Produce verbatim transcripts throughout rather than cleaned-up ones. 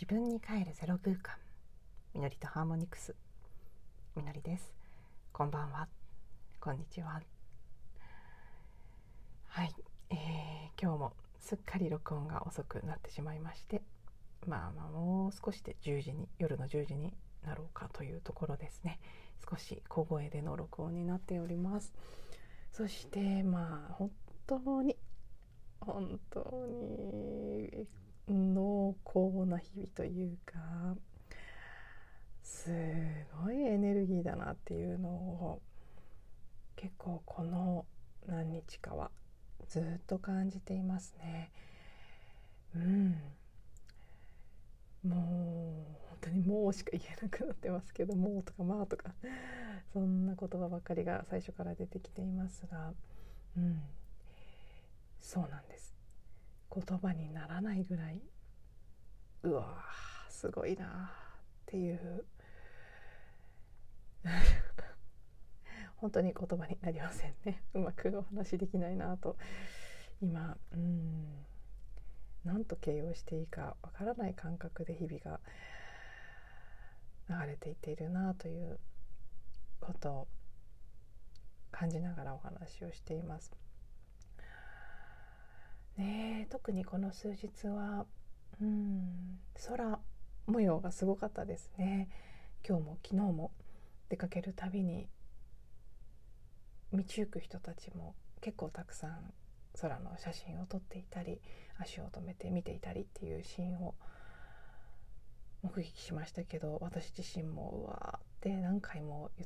自分に帰るゼロ空間、みのりとハーモニクス、みのりです。こんばんは、こんにちは。はい、えー、今日もすっかり録音が遅くなってしまいまして、まあまあもう少しでじゅうじに夜のじゅうじになろうかというところですね。少し小声での録音になっております。そしてまあ本当に本当に濃厚な日々というか、すごいエネルギーだなっていうのを結構この何日かはずっと感じていますね。うん、もう本当にもうしか言えなくなってますけど、もうとかまあとかそんな言葉ばかりが最初から出てきていますが、うん、そうなんです。言葉にならないぐらい、うわーすごいなっていう本当に言葉になりませんね。うまくお話できないなと今、うん、何と形容していいかわからない感覚で日々が流れていっているなということを感じながらお話をしています。ねえ、特にこの数日は、うん、空模様がすごかったですね。今日も昨日も出かけるたびに道行く人たちも結構たくさん空の写真を撮っていたり、足を止めて見ていたりっていうシーンを目撃しましたけど、私自身もうわーって何回も言って、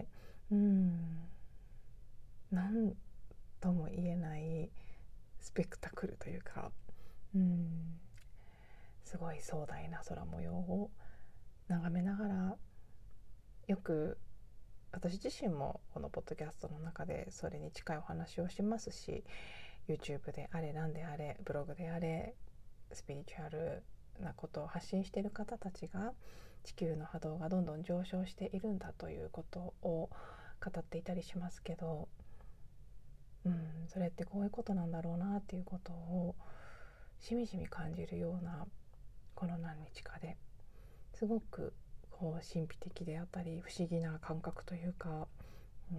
うーん何とも言えないスペクタクルというか、うーんすごい壮大な空模様を眺めながら、よく私自身もこのポッドキャストの中でそれに近いお話をしますし、 YouTube であれなんであれブログであれスピリチュアルなことを発信している方たちが地球の波動がどんどん上昇しているんだということを語っていたりしますけど、うん、それってこういうことなんだろうなっていうことをしみじみ感じるようなこの何日かですごくこう神秘的であったり不思議な感覚というか、うん、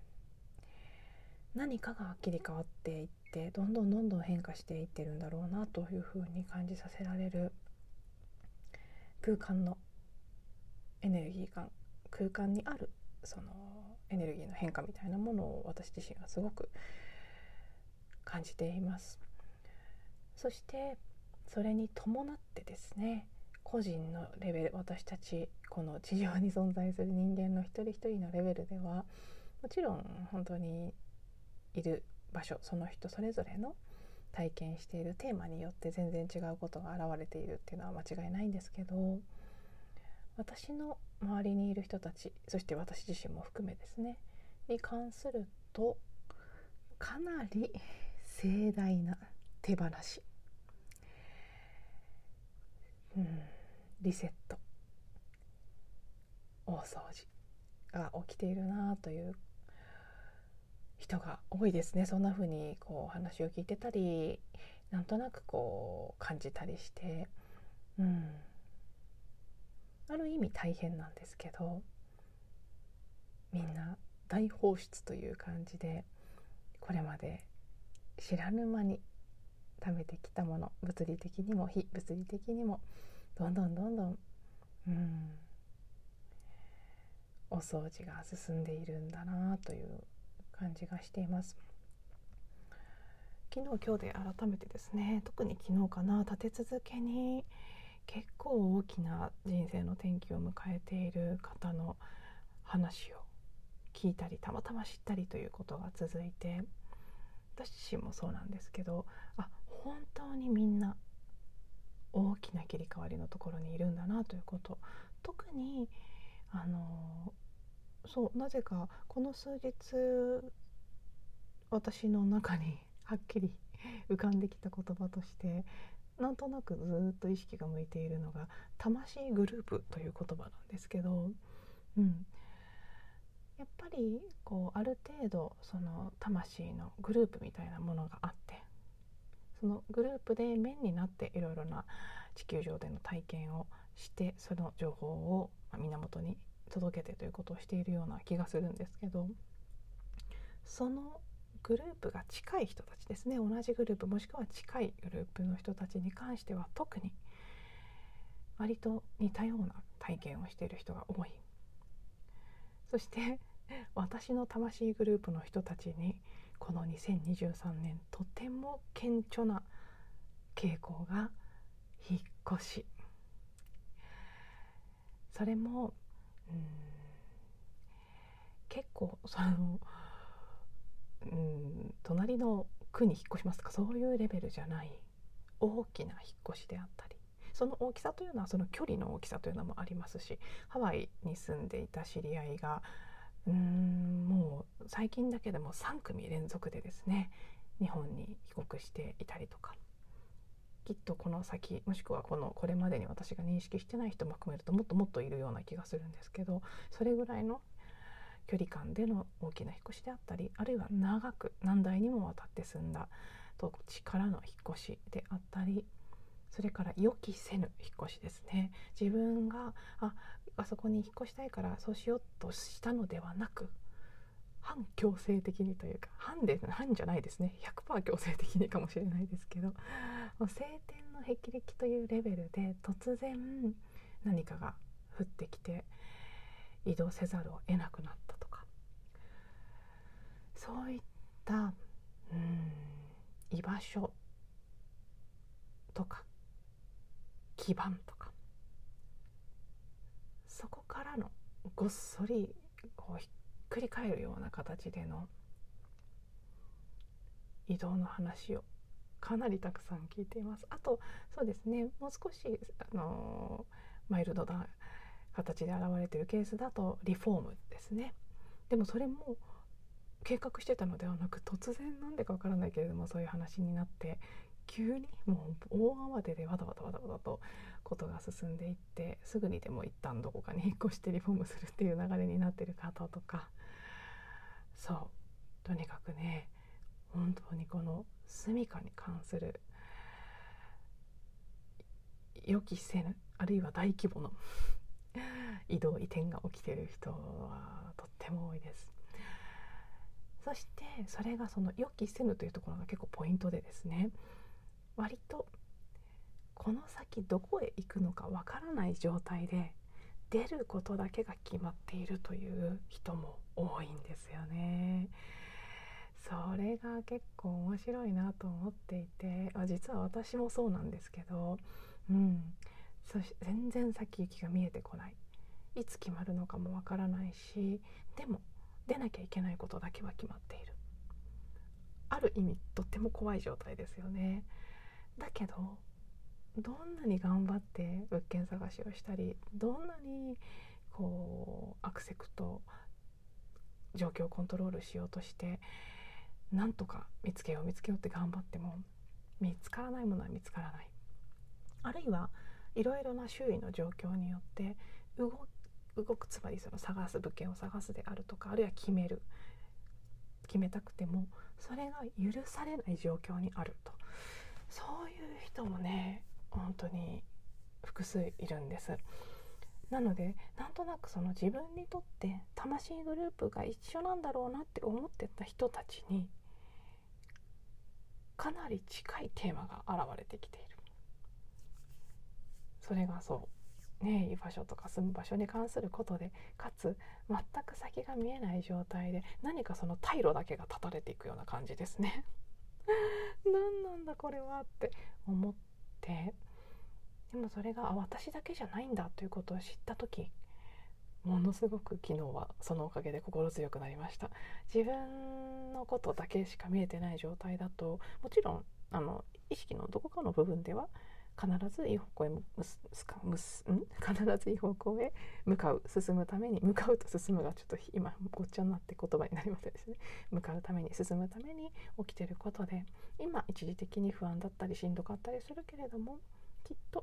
何かが切り替わっていってどんどんどんどん変化していってるんだろうなというふうに感じさせられる空間のエネルギー感、空間にあるそのエネルギーの変化みたいなものを私自身がすごく感じています。そしてそれに伴ってですね、個人のレベル、私たちこの地上に存在する人間の一人一人のレベルではもちろん本当にいる場所、その人それぞれの体験しているテーマによって全然違うことが現れているっていうのは間違いないんですけど、私の周りにいる人たち、そして私自身も含めですねに関すると、かなり盛大な手放し、うん、リセット、大掃除が起きているなという人が多いですね。そんな風にこう話を聞いてたり、なんとなくこう感じたりして、うん、ある意味大変なんですけど、みんな大放出という感じで、これまで知らぬ間に貯めてきたもの、物理的にも非物理的にもどんどんどんどん、うん、お掃除が進んでいるんだなという感じがしています。昨日今日で改めてですね、特に昨日かな、立て続けに結構大きな人生の転機を迎えている方の話を聞いたり、たまたま知ったりということが続いて、私自身もそうなんですけど、あ、本当にみんな大きな切り替わりのところにいるんだなということ、特にあのそうなぜかこの数日私の中にはっきり浮かんできた言葉として、なんとなくずっと意識が向いているのが魂グループという言葉なんですけど、うん、やっぱりこうある程度その魂のグループみたいなものがあって、そのグループで面になっていろいろな地球上での体験をして、その情報を源に届けてということをしているような気がするんですけど、そのグループが近い人たちですね、同じグループもしくは近いグループの人たちに関しては特に割と似たような体験をしている人が多い。そして私の魂グループの人たちにこのにせんにじゅうさんねんとても顕著な傾向が引っ越し。それもうーん結構そのうん隣の区に引っ越しますとかそういうレベルじゃない大きな引っ越しであったり、その大きさというのはその距離の大きさというのもありますし、ハワイに住んでいた知り合いがうーんもう最近だけでもさん組連続でですね日本に帰国していたりとか、きっとこの先もしくはこのこれまでに私が認識してない人も含めるともっともっといるような気がするんですけど、それぐらいの距離感での大きな引っ越しであったり、あるいは長く何代にもわたって住んだ土地からの引っ越しであったり、それから予期せぬ引っ越しですね。自分が あ, あそこに引っ越したいからそうしようとしたのではなく、反強制的にというか、反で反じゃないですね、 ひゃくパーセント 強制的にかもしれないですけど、晴天の霹靂というレベルで突然何かが降ってきて移動せざるを得なくなったとか、そういったうん居場所とか基盤とか、そこからのごっそりこうひっくり返るような形での移動の話をかなりたくさん聞いています。あとそうですね、もう少しあのマイルドな形で現れているケースだとリフォームですね。でもそれも計画してたのではなく、突然なんでかわからないけれどもそういう話になって、急にもう大慌てでわだわだわだわだとことが進んでいって、すぐにでも一旦どこかに引っ越してリフォームするっていう流れになっている方とか、そうとにかくね、本当にこの住処に関する予期せぬ、あるいは大規模の移動移転が起きている人はとっても多いです。そしてそれがその予期せぬというところが結構ポイントでですね、割とこの先どこへ行くのかわからない状態で出ることだけが決まっているという人も多いんですよね。それが結構面白いなと思っていて、あ実は私もそうなんですけど、うん、そし全然先行きが見えてこない、いつ決まるのかもわからないし、でも出なきゃいけないことだけは決まっている、ある意味とっても怖い状態ですよね。だけどどんなに頑張って物件探しをしたり、どんなにこうアクセクと状況をコントロールしようとしてなんとか見つけよう見つけようって頑張っても見つからないものは見つからない、あるいはいろいろな周囲の状況によって動動く、つまりその探す物件を探すであるとか、あるいは決める決めたくてもそれが許されない状況にあると、そういう人もね本当に複数いるんです。なのでなんとなくその自分にとって魂グループが一緒なんだろうなって思ってた人たちにかなり近いテーマが現れてきている。それがそうね、居場所とか住む場所に関することで、かつ全く先が見えない状態で何かその退路だけが断たれていくような感じですね何なんだこれはって思って、でもそれが私だけじゃないんだということを知った時、ものすごく昨日はそのおかげで心強くなりました。自分のことだけしか見えてない状態だと、もちろんあの意識のどこかの部分では必ずいい方向へむすすかむすん必ずいい方向へ向かう進むために、向かうと進むがちょっと今ごっちゃになって言葉になりませんですね。向かうために進むために起きていることで、今一時的に不安だったりしんどかったりするけれども、きっと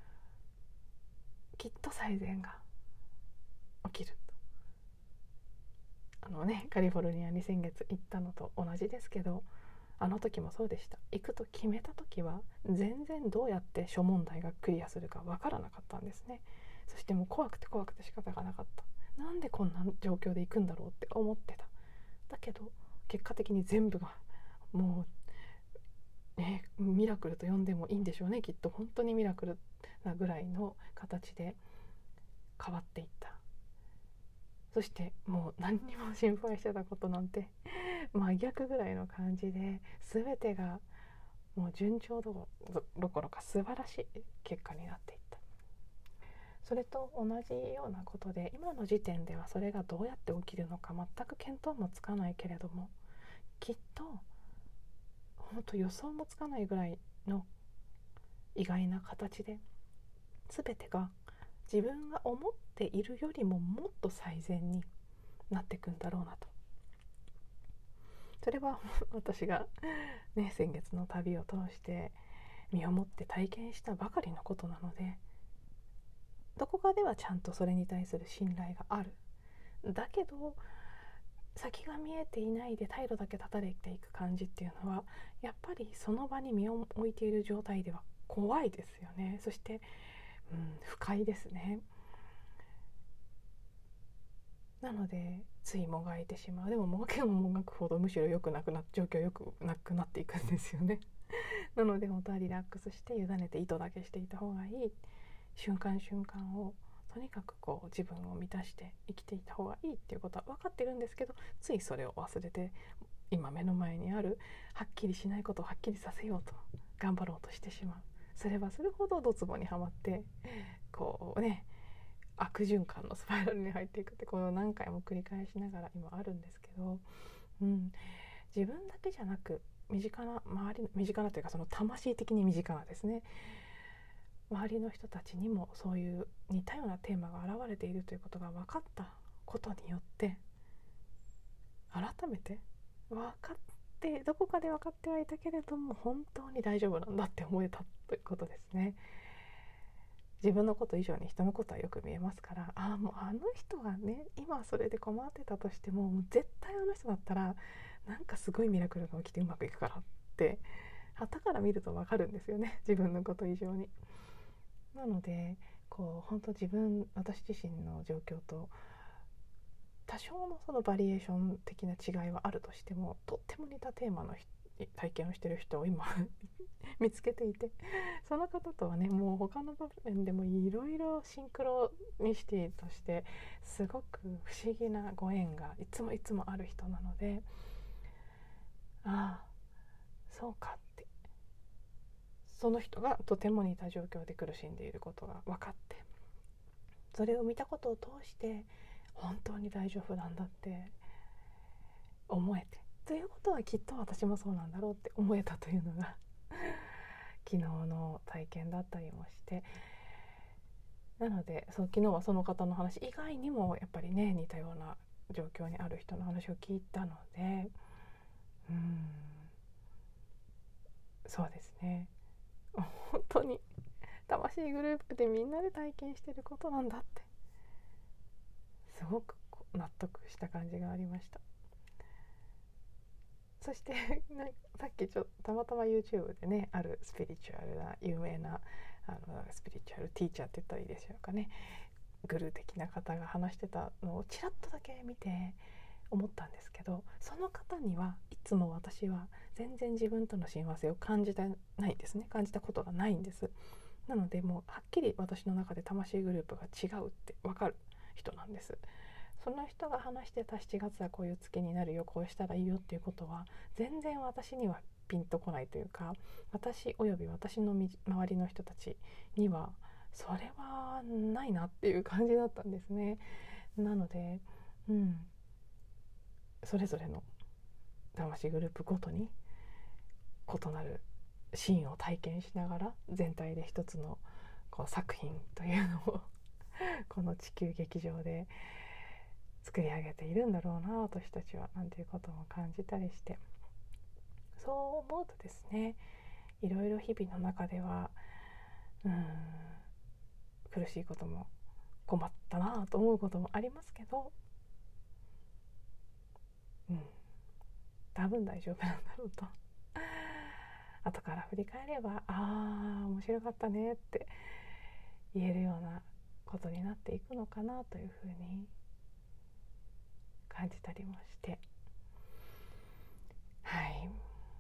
きっと最善が起きると。あのねカリフォルニアに先月行ったのと同じですけど、 あの時もそうでした。行くと決めた時は全然どうやって諸問題がクリアするかわからなかったんですね。そしてもう怖くて怖くて仕方がなかった。なんでこんな状況で行くんだろうって思ってた。だけど結果的に全部がもうね、ミラクルと呼んでもいいんでしょうね。きっと本当にミラクルなぐらいの形で変わっていった。そしてもう何にも心配してたことなんて真逆ぐらいの感じで、全てがもう順調どころか素晴らしい結果になっていった。それと同じようなことで、今の時点ではそれがどうやって起きるのか全く見当もつかないけれども、きっと本当予想もつかないぐらいの意外な形で全てが自分が思っているよりももっと最善になっていくんだろうなと。それは私が、ね、先月の旅を通して身をもって体験したばかりのことなので、どこかではちゃんとそれに対する信頼がある。だけど先が見えていないで退路だけ立たれていく感じっていうのは、やっぱりその場に身を置いている状態では怖いですよね。そして、うん、不快ですね。なのでついもがいてしまう。でももがけばもがくほどむしろ良くなくな状況良くなくなっていくんですよね。なので本当はリラックスして委ねて意図だけしていた方がいい。瞬間瞬間をとにかくこう自分を満たして生きていた方がいいっていうことは分かってるんですけど、ついそれを忘れて今目の前にあるはっきりしないことをはっきりさせようと頑張ろうとしてしまう。それはそれほどドツボにはまってこうね、悪循環のスパイラルに入っていくって、この何回も繰り返しながら今あるんですけど、うん、自分だけじゃなく身近な周り身近なというか、その魂的に身近なですね、周りの人たちにもそういう似たようなテーマが現れているということが分かったことによって、改めて分かってどこかで分かってはいたけれども本当に大丈夫なんだって思えたということですね。自分のこと以上に人のことはよく見えますから、ああもうあの人がね今それで困ってたとしても、もう絶対あの人だったらなんかすごいミラクルが起きてうまくいくからって傍から見ると分かるんですよね、自分のこと以上に。なのでこう本当自分私自身の状況と多少のそのバリエーション的な違いはあるとしても、とっても似たテーマの体験をしている人を今見つけていて、その方とはねもう他の場面でもいろいろシンクロニシティとしてすごく不思議なご縁がいつもいつもある人なので、ああそうかって、その人がとても似た状況で苦しんでいることが分かって、それを見たことを通して本当に大丈夫なんだって思えて、ということはきっと私もそうなんだろうって思えたというのが昨日の体験だったりもして、なのでそう昨日はその方の話以外にもやっぱりね似たような状況にある人の話を聞いたので、うーんそうですね、本当に魂グループでみんなで体験してることなんだってすごく納得した感じがありました。そしてさっきちょっとたまたま YouTube でね、あるスピリチュアルな有名なあのスピリチュアルティーチャーって言ったらいいでしょうかね、グルー的な方が話してたのをちらっとだけ見て思ったんですけど、その方にはいつも私は全然自分との親和性を感じてないんですね、感じたことがないんです。なのでもうはっきり私の中で魂グループが違うって分かる人なんです。その人が話してたしちがつはこういう月になるよ、こうしたらいいよっていうことは全然私にはピンとこないというか、私および私の周りの人たちにはそれはないなっていう感じだったんですね。なので、うん、それぞれの魂グループごとに異なるシーンを体験しながら全体で一つのこう作品というのをこの地球劇場で作り上げているんだろうな私たちは、なんていうことも感じたりして、そう思うとですね、いろいろ日々の中ではうーん苦しいことも困ったなと思うこともありますけど、うん多分大丈夫なんだろうと後から振り返れば、ああ面白かったねって言えるようなことになっていくのかなというふうに感じたりもして、はい、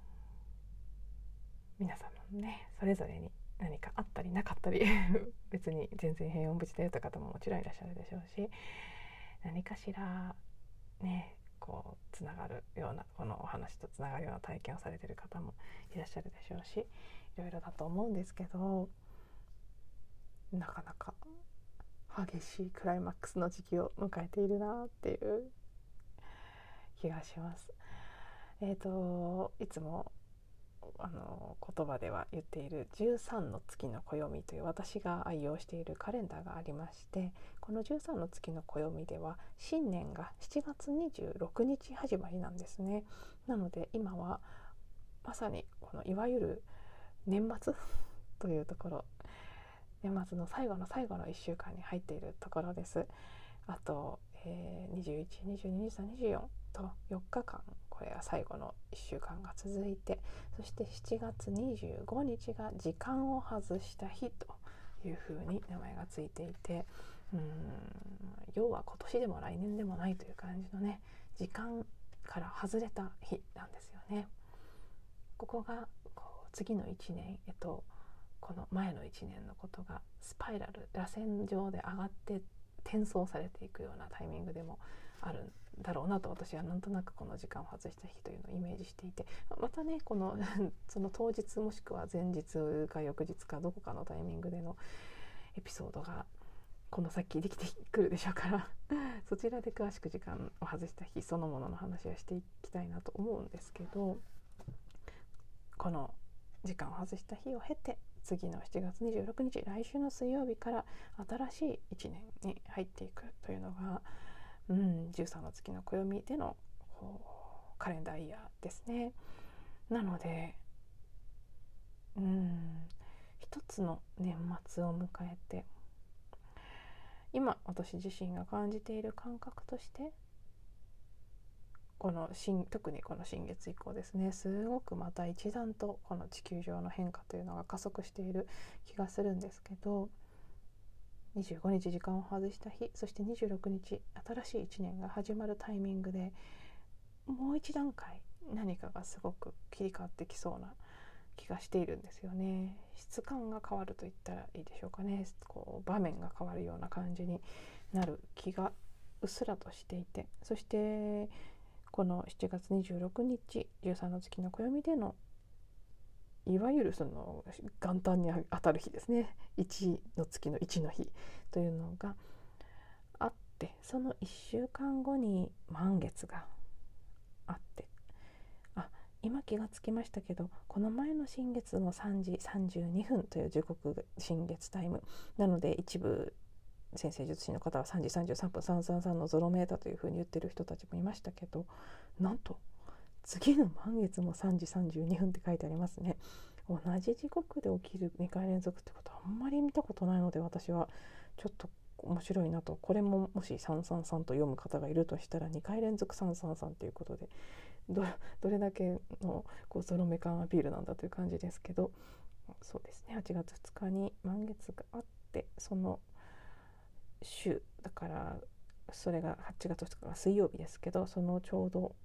皆様のねそれぞれに何かあったりなかったり別に全然平穏無事だよという方ももちろんいらっしゃるでしょうし、何かしらねこうつながるような、このお話とつながるような体験をされている方もいらっしゃるでしょうし、いろいろだと思うんですけど、なかなか激しいクライマックスの時期を迎えているなっていう気がします。えーといつもあの言葉では言っているじゅうさんの月の暦という私が愛用しているカレンダーがありまして、このじゅうさんの月の暦では新年がしちがつにじゅうろくにち始まりなんですね。なので今はまさにこのいわゆる年末というところ、年末の最後の最後のいっしゅうかんに入っているところです。あと、えー、にじゅういち、にじゅうに、にじゅうさん、にじゅうよんとよっかかん、これは最後のいっしゅうかんが続いて、そしてしちがつにじゅうごにちが時間を外した日というふうに名前がついていて、うーん要は今年でも来年でもないという感じのね、時間から外れた日なんですよね。ここがこう次のいちねん、えっとこの前のいちねんのことがスパイラル、螺旋状で上がって転送されていくようなタイミングでもあるんだろうなと、私はなんとなくこの時間を外した日というのをイメージしていて、またねこのその当日もしくは前日か翌日かどこかのタイミングでのエピソードがこの先できてくるでしょうからそちらで詳しく時間を外した日そのものの話はしていきたいなと思うんですけど、この時間を外した日を経て次のしちがつにじゅうろくにち、来週の水曜日から新しいいちねんに入っていくというのが、うん、じゅうさんの月の暦でのカレンダーイヤーですね。なので、うん、一つの年末を迎えて、今私自身が感じている感覚として、この新特にこの新月以降ですね、すごくまた一段とこの地球上の変化というのが加速している気がするんですけど、にじゅうごにち時間を外した日、そしてにじゅうろくにち新しいいちねんが始まるタイミングで、もう一段階何かがすごく切り替わってきそうな気がしているんですよね。質感が変わると言ったらいいでしょうかね。こう場面が変わるような感じになる気がうっすらとしていて、そしてこのしちがつにじゅうろくにちじゅうさんの月の暦でのいわゆるその元旦にあたる日ですね、いちの月のいちの日というのがあって、そのいっしゅうかんごに満月があって、あ、今気がつきましたけど、この前の新月もさんじさんじゅうにふんという時刻新月タイムなので、一部先生術師の方はさんじさんじゅうさんぷんさんさんさんのゾロメータというふうに言ってる人たちもいましたけど、なんと次の満月もさんじさんじゅうにふんって書いてありますね。同じ時刻で起きるにかい連続ってことはあんまり見たことないので、私はちょっと面白いなと。これももしさんさんさんと読む方がいるとしたらにかい連続さんさんさんということで、 ど, どれだけのこうゾロ目感アピールなんだという感じですけど、そうですね、はちがつふつかに満月があって、その週だからそれがはちがつふつかが水曜日ですけど、そのちょうど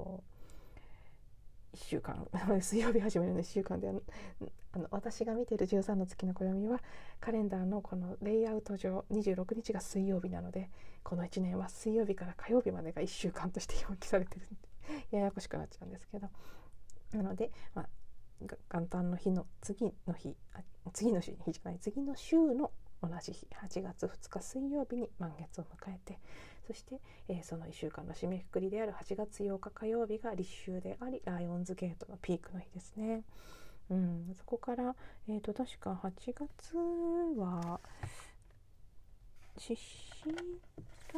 いっしゅうかん水曜日始めるのいっしゅうかんで、あのあの私が見ているじゅうさんの月の暦はカレンダーのこのレイアウト上にじゅうろくにちが水曜日なので、このいちねんは水曜日から火曜日までがいっしゅうかんとして表記されてるんでややこしくなっちゃうんですけど、なので、まあ、元旦の日の次の日あ次の週日じゃない次の週の同じ日はちがつふつか水曜日に満月を迎えて、そして、えー、そのいっしゅうかんの締めくくりであるはちがつようか火曜日が立秋であり、ライオンズゲートのピークの日ですね。うん、そこから、えー、と確かはちがつは獅子座、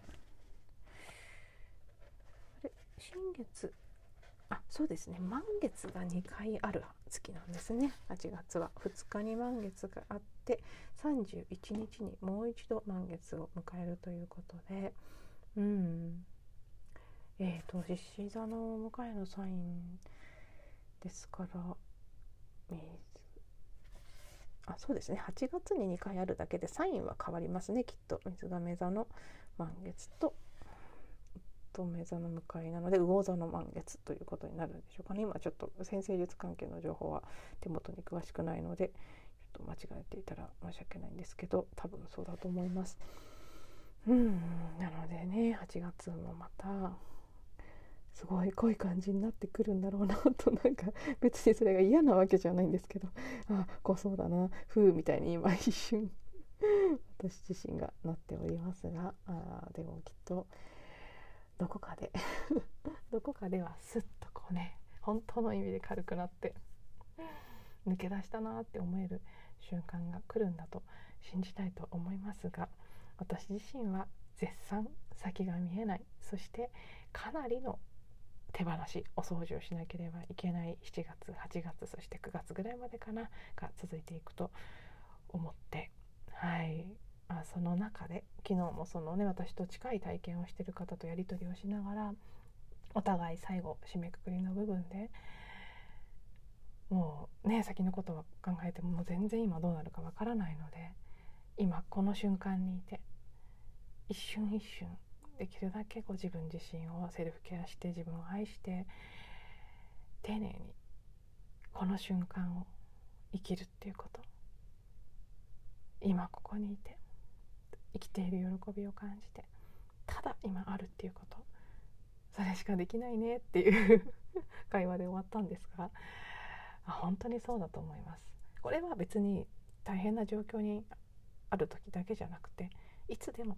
あれ新月、あ、そうですね、満月がにかいある月なんですね。はちがつはふつかに満月があって、さんじゅういちにちにもう一度満月を迎えるということで、うんえーと獅子座の迎えのサインですから水あそうですねはちがつににかいあるだけでサインは変わりますねきっと。水亀座の満月と乙女座の向かいなので魚座の満月ということになるんでしょうかね。今ちょっと占星術関係の情報は手元に詳しくないのでちょっと間違えていたら申し訳ないんですけど、多分そうだと思います。うんなのでねはちがつもまたすごい濃い感じになってくるんだろうなと、なんか別にそれが嫌なわけじゃないんですけど、あこうそうだなふうみたいに今一瞬私自身がなっておりますが、あでもきっとどこかでどこかではスッとこうね本当の意味で軽くなって抜け出したなって思える瞬間が来るんだと信じたいと思いますが、私自身は絶賛先が見えない、そしてかなりの手放しお掃除をしなければいけないしちがつはちがつそしてくがつぐらいまでかなが続いていくと思って、はいあその中で昨日もそのね私と近い体験をしている方とやり取りをしながら、お互い最後締めくくりの部分でもうね先のことは考えてももう全然今どうなるかわからないので、今この瞬間にいて一瞬一瞬できるだけこう自分自身をセルフケアして自分を愛して丁寧にこの瞬間を生きるっていうこと、今ここにいて生きている喜びを感じてただ今あるっていうこと、それしかできないねっていう会話で終わったんですが、本当にそうだと思います。これは別に大変な状況にある時だけじゃなくて、いつでも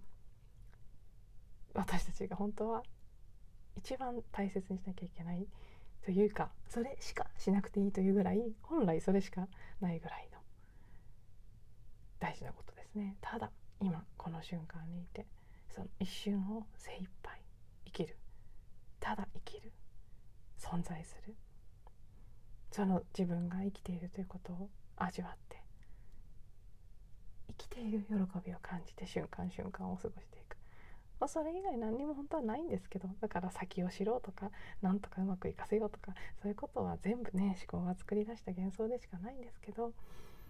私たちが本当は一番大切にしなきゃいけないというか、それしかしなくていいというぐらい、本来それしかないぐらいの大事なことですね。ただ今この瞬間にいてその一瞬を精一杯生きる、ただ生きる、存在する、その自分が生きているということを味わって生きている喜びを感じて瞬間瞬間を過ごしていく、まあ、それ以外何にも本当はないんですけど、だから先を知ろうとかなんとかうまくいかせようとかそういうことは全部ね思考が作り出した幻想でしかないんですけど、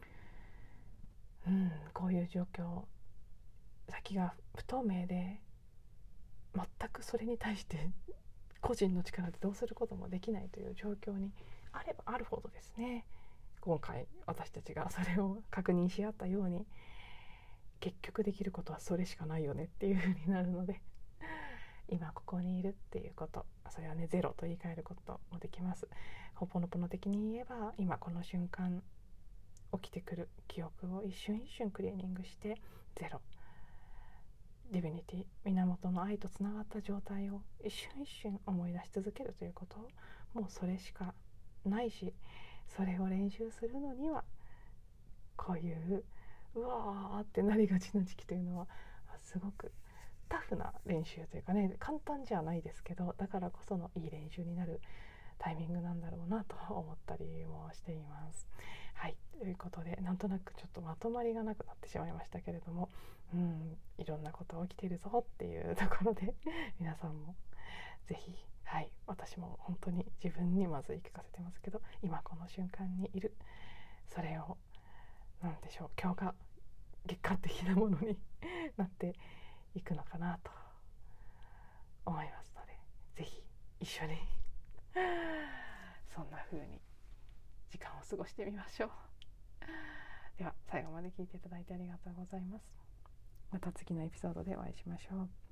うんこういう状況先が不透明で全くそれに対して個人の力でどうすることもできないという状況にあればあるほどですね、今回私たちがそれを確認し合ったように結局できることはそれしかないよねっていう風になるので、今ここにいるっていうこと、それはねゼロと言い換えることもできます。ほぽのぽの的に言えば今この瞬間起きてくる記憶を一瞬一瞬クリーニングしてゼロ、ディビニティ源の愛とつながった状態を一瞬一瞬思い出し続けるということ、もうそれしかないし、それを練習するのにはこういううわーってなりがちな時期というのはすごくタフな練習というかね、簡単じゃないですけどだからこそのいい練習になるタイミングなんだろうなと思ったりもしています。はい、ということでなんとなくちょっとまとまりがなくなってしまいましたけれども、うん、いろんなことが起きているぞっていうところで皆さんもぜひ、はい、私も本当に自分にまず言い聞かせてますけど、今この瞬間にいる、それをなんでしょう強化月間的なものになっていくのかなと思いますので、ぜひ一緒にそんな風に時間を過ごしてみましょう。では最後まで聞いていただいてありがとうございます。また次のエピソードでお会いしましょう。